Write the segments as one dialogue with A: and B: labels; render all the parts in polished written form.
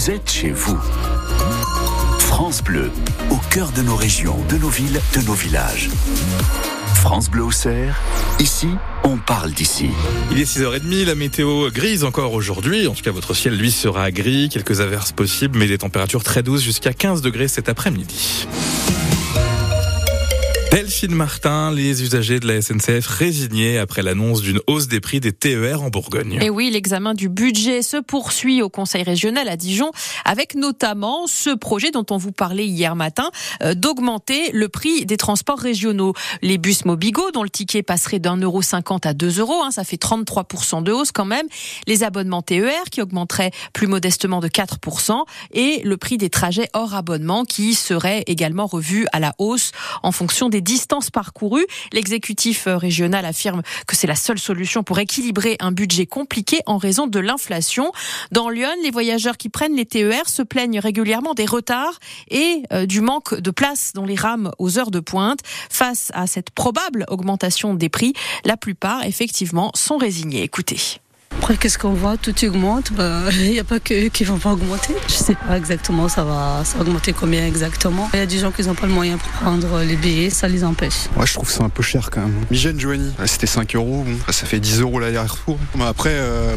A: vous êtes chez vous. France Bleu, au cœur de nos régions, de nos villes, de nos villages. France Bleu Auxerre, ici, on parle d'ici.
B: Il est 6h30, la météo grise encore aujourd'hui. En tout cas, votre ciel, lui, sera gris. Quelques averses possibles, mais des températures très douces jusqu'à 15 degrés cet après-midi. Delphine Martin, les usagers de la SNCF résignés après l'annonce d'une hausse des prix des TER en Bourgogne.
C: Et oui, l'examen du budget se poursuit au Conseil régional à Dijon, avec notamment ce projet dont on vous parlait hier matin, d'augmenter le prix des transports régionaux. Les bus Mobigo, dont le ticket passerait d'1,50 € à 2 €, ça fait 33% de hausse quand même. Les abonnements TER qui augmenteraient plus modestement de 4%. Et le prix des trajets hors abonnement qui serait également revu à la hausse en fonction des distances parcourues. L'exécutif régional affirme que c'est la seule solution pour équilibrer un budget compliqué en raison de l'inflation. Dans Lyon, les voyageurs qui prennent les TER se plaignent régulièrement des retards et du manque de place dans les rames aux heures de pointe. Face à cette probable augmentation des prix, la plupart, effectivement, sont résignés. Écoutez.
D: Après, qu'est-ce qu'on voit? Tout augmente. Il n'y a pas que qui ne vont pas augmenter. Je ne sais pas exactement, ça va augmenter combien exactement. Il y a des gens qui n'ont pas le moyen pour prendre les billets, ça les empêche.
E: Moi, je trouve ça un peu cher quand même. Migène Joanie, c'était 5 €. Bon, ça fait 10 € l'aller-retour. Après,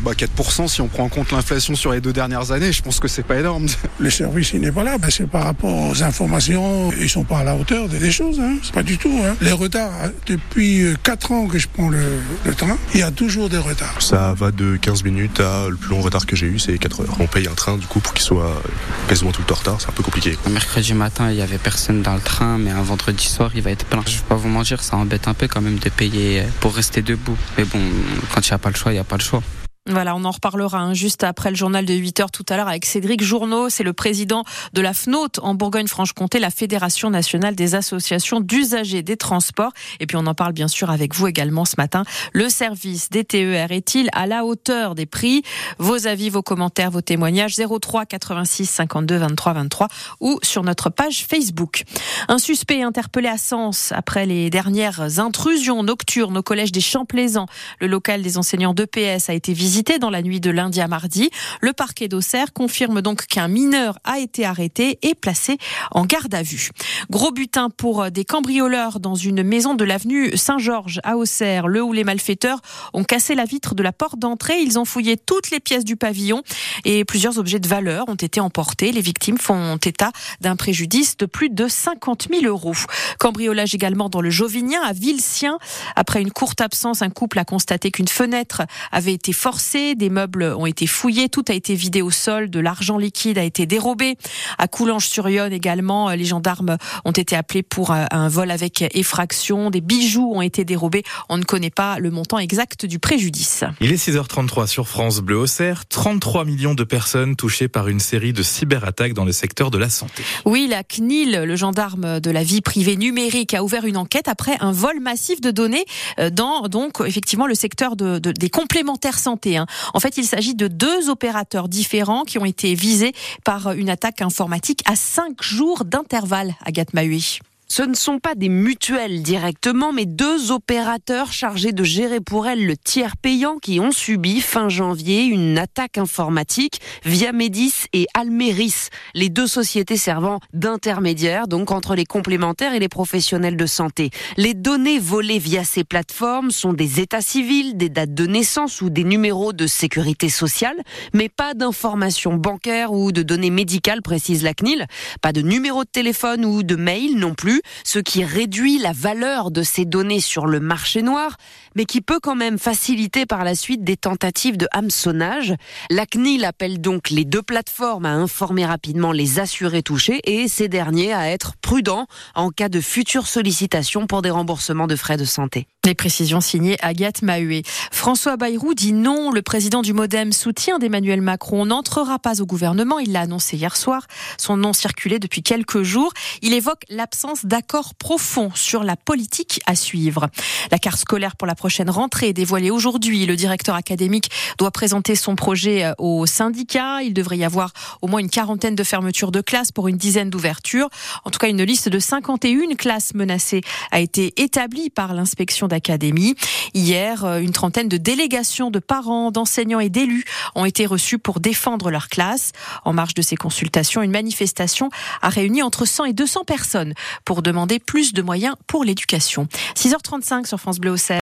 E: 4% si on prend en compte l'inflation sur les 2 dernières années, je pense que c'est pas énorme.
F: Le service, il n'est pas là. C'est par rapport aux informations. Ils ne sont pas à la hauteur des choses. C'est pas du tout. Les retards, depuis 4 ans que je prends le train, il y a toujours des retards.
G: Ça va de 15 minutes à le plus long retard que j'ai eu, c'est 4 heures. On paye un train du coup pour qu'il soit quasiment tout le temps en retard, c'est un peu compliqué.
H: Un mercredi matin, il y avait personne dans le train, mais un vendredi soir, il va être plein. Je vais pas vous mentir, ça embête un peu quand même de payer pour rester debout. Mais bon, quand il n'y a pas le choix, il n'y a pas le choix.
C: Voilà, on en reparlera juste après le journal de 8h tout à l'heure avec Cédric Journeau. C'est le président de la FNOT en Bourgogne-Franche-Comté, la Fédération nationale des associations d'usagers des transports. Et puis on en parle bien sûr avec vous également ce matin. Le service des TER est-il à la hauteur des prix? Vos avis, vos commentaires, vos témoignages 03 86 52 23 23 ou sur notre page Facebook. Un suspect interpellé à Sens après les dernières intrusions nocturnes au collège des Champs-Plaisants. Le local des enseignants d'EPS a été visité dans la nuit de lundi à mardi. Le parquet d'Auxerre confirme donc qu'un mineur a été arrêté et placé en garde à vue. Gros butin pour des cambrioleurs dans une maison de l'avenue Saint-Georges à Auxerre. Le où les malfaiteurs ont cassé la vitre de la porte d'entrée. Ils ont fouillé toutes les pièces du pavillon et plusieurs objets de valeur ont été emportés. Les victimes font état d'un préjudice de plus de 50 000 €. Cambriolage également dans le Jovinien à Vilsien. Après une courte absence, un couple a constaté qu'une fenêtre avait été forcée. Des meubles ont été fouillés, tout a été vidé au sol, de l'argent liquide a été dérobé. À Coulanges-sur-Yonne également, les gendarmes ont été appelés pour un vol avec effraction. Des bijoux ont été dérobés. On ne connaît pas le montant exact du préjudice.
B: Il est 6h33 sur France Bleu Auxerre. 33 millions de personnes touchées par une série de cyberattaques dans le secteur de la santé.
C: Oui, la CNIL, le gendarme de la vie privée numérique, a ouvert une enquête après un vol massif de données dans donc effectivement le secteur des complémentaires santé. En fait, il s'agit de 2 opérateurs différents qui ont été visés par une attaque informatique à 5 jours d'intervalle, Agathe Mahué.
I: Ce ne sont pas des mutuelles directement, mais 2 opérateurs chargés de gérer pour elles le tiers payant qui ont subi fin janvier une attaque informatique via Médis et Almeris, les 2 sociétés servant d'intermédiaires donc entre les complémentaires et les professionnels de santé. Les données volées via ces plateformes sont des états civils, des dates de naissance ou des numéros de sécurité sociale, mais pas d'informations bancaires ou de données médicales, précise la CNIL. Pas de numéro de téléphone ou de mail non plus. Ce qui réduit la valeur de ces données sur le marché noir, mais qui peut quand même faciliter par la suite des tentatives de hameçonnage. La CNIL appelle donc les 2 plateformes à informer rapidement les assurés touchés et ces derniers à être prudents en cas de futures sollicitations pour des remboursements de frais de santé.
C: Les précisions signées Agathe Mahué. François Bayrou dit non. Le président du MoDem, soutien d'Emmanuel Macron, n'entrera pas au gouvernement. Il l'a annoncé hier soir. Son nom circulait depuis quelques jours. Il évoque l'absence d'accord profond sur la politique à suivre. La carte scolaire pour la prochaine rentrée est dévoilée aujourd'hui. Le directeur académique doit présenter son projet au syndicat. Il devrait y avoir au moins une quarantaine de fermetures de classes pour une dizaine d'ouvertures. En tout cas, une liste de 51 classes menacées a été établie par l'inspection d'académie. Hier, une trentaine de délégations de parents, d'enseignants et d'élus ont été reçus pour défendre leur classe. En marge de ces consultations, une manifestation a réuni entre 100 et 200 personnes pour demander plus de moyens pour l'éducation. 6h35 sur France Bleu Auxerre.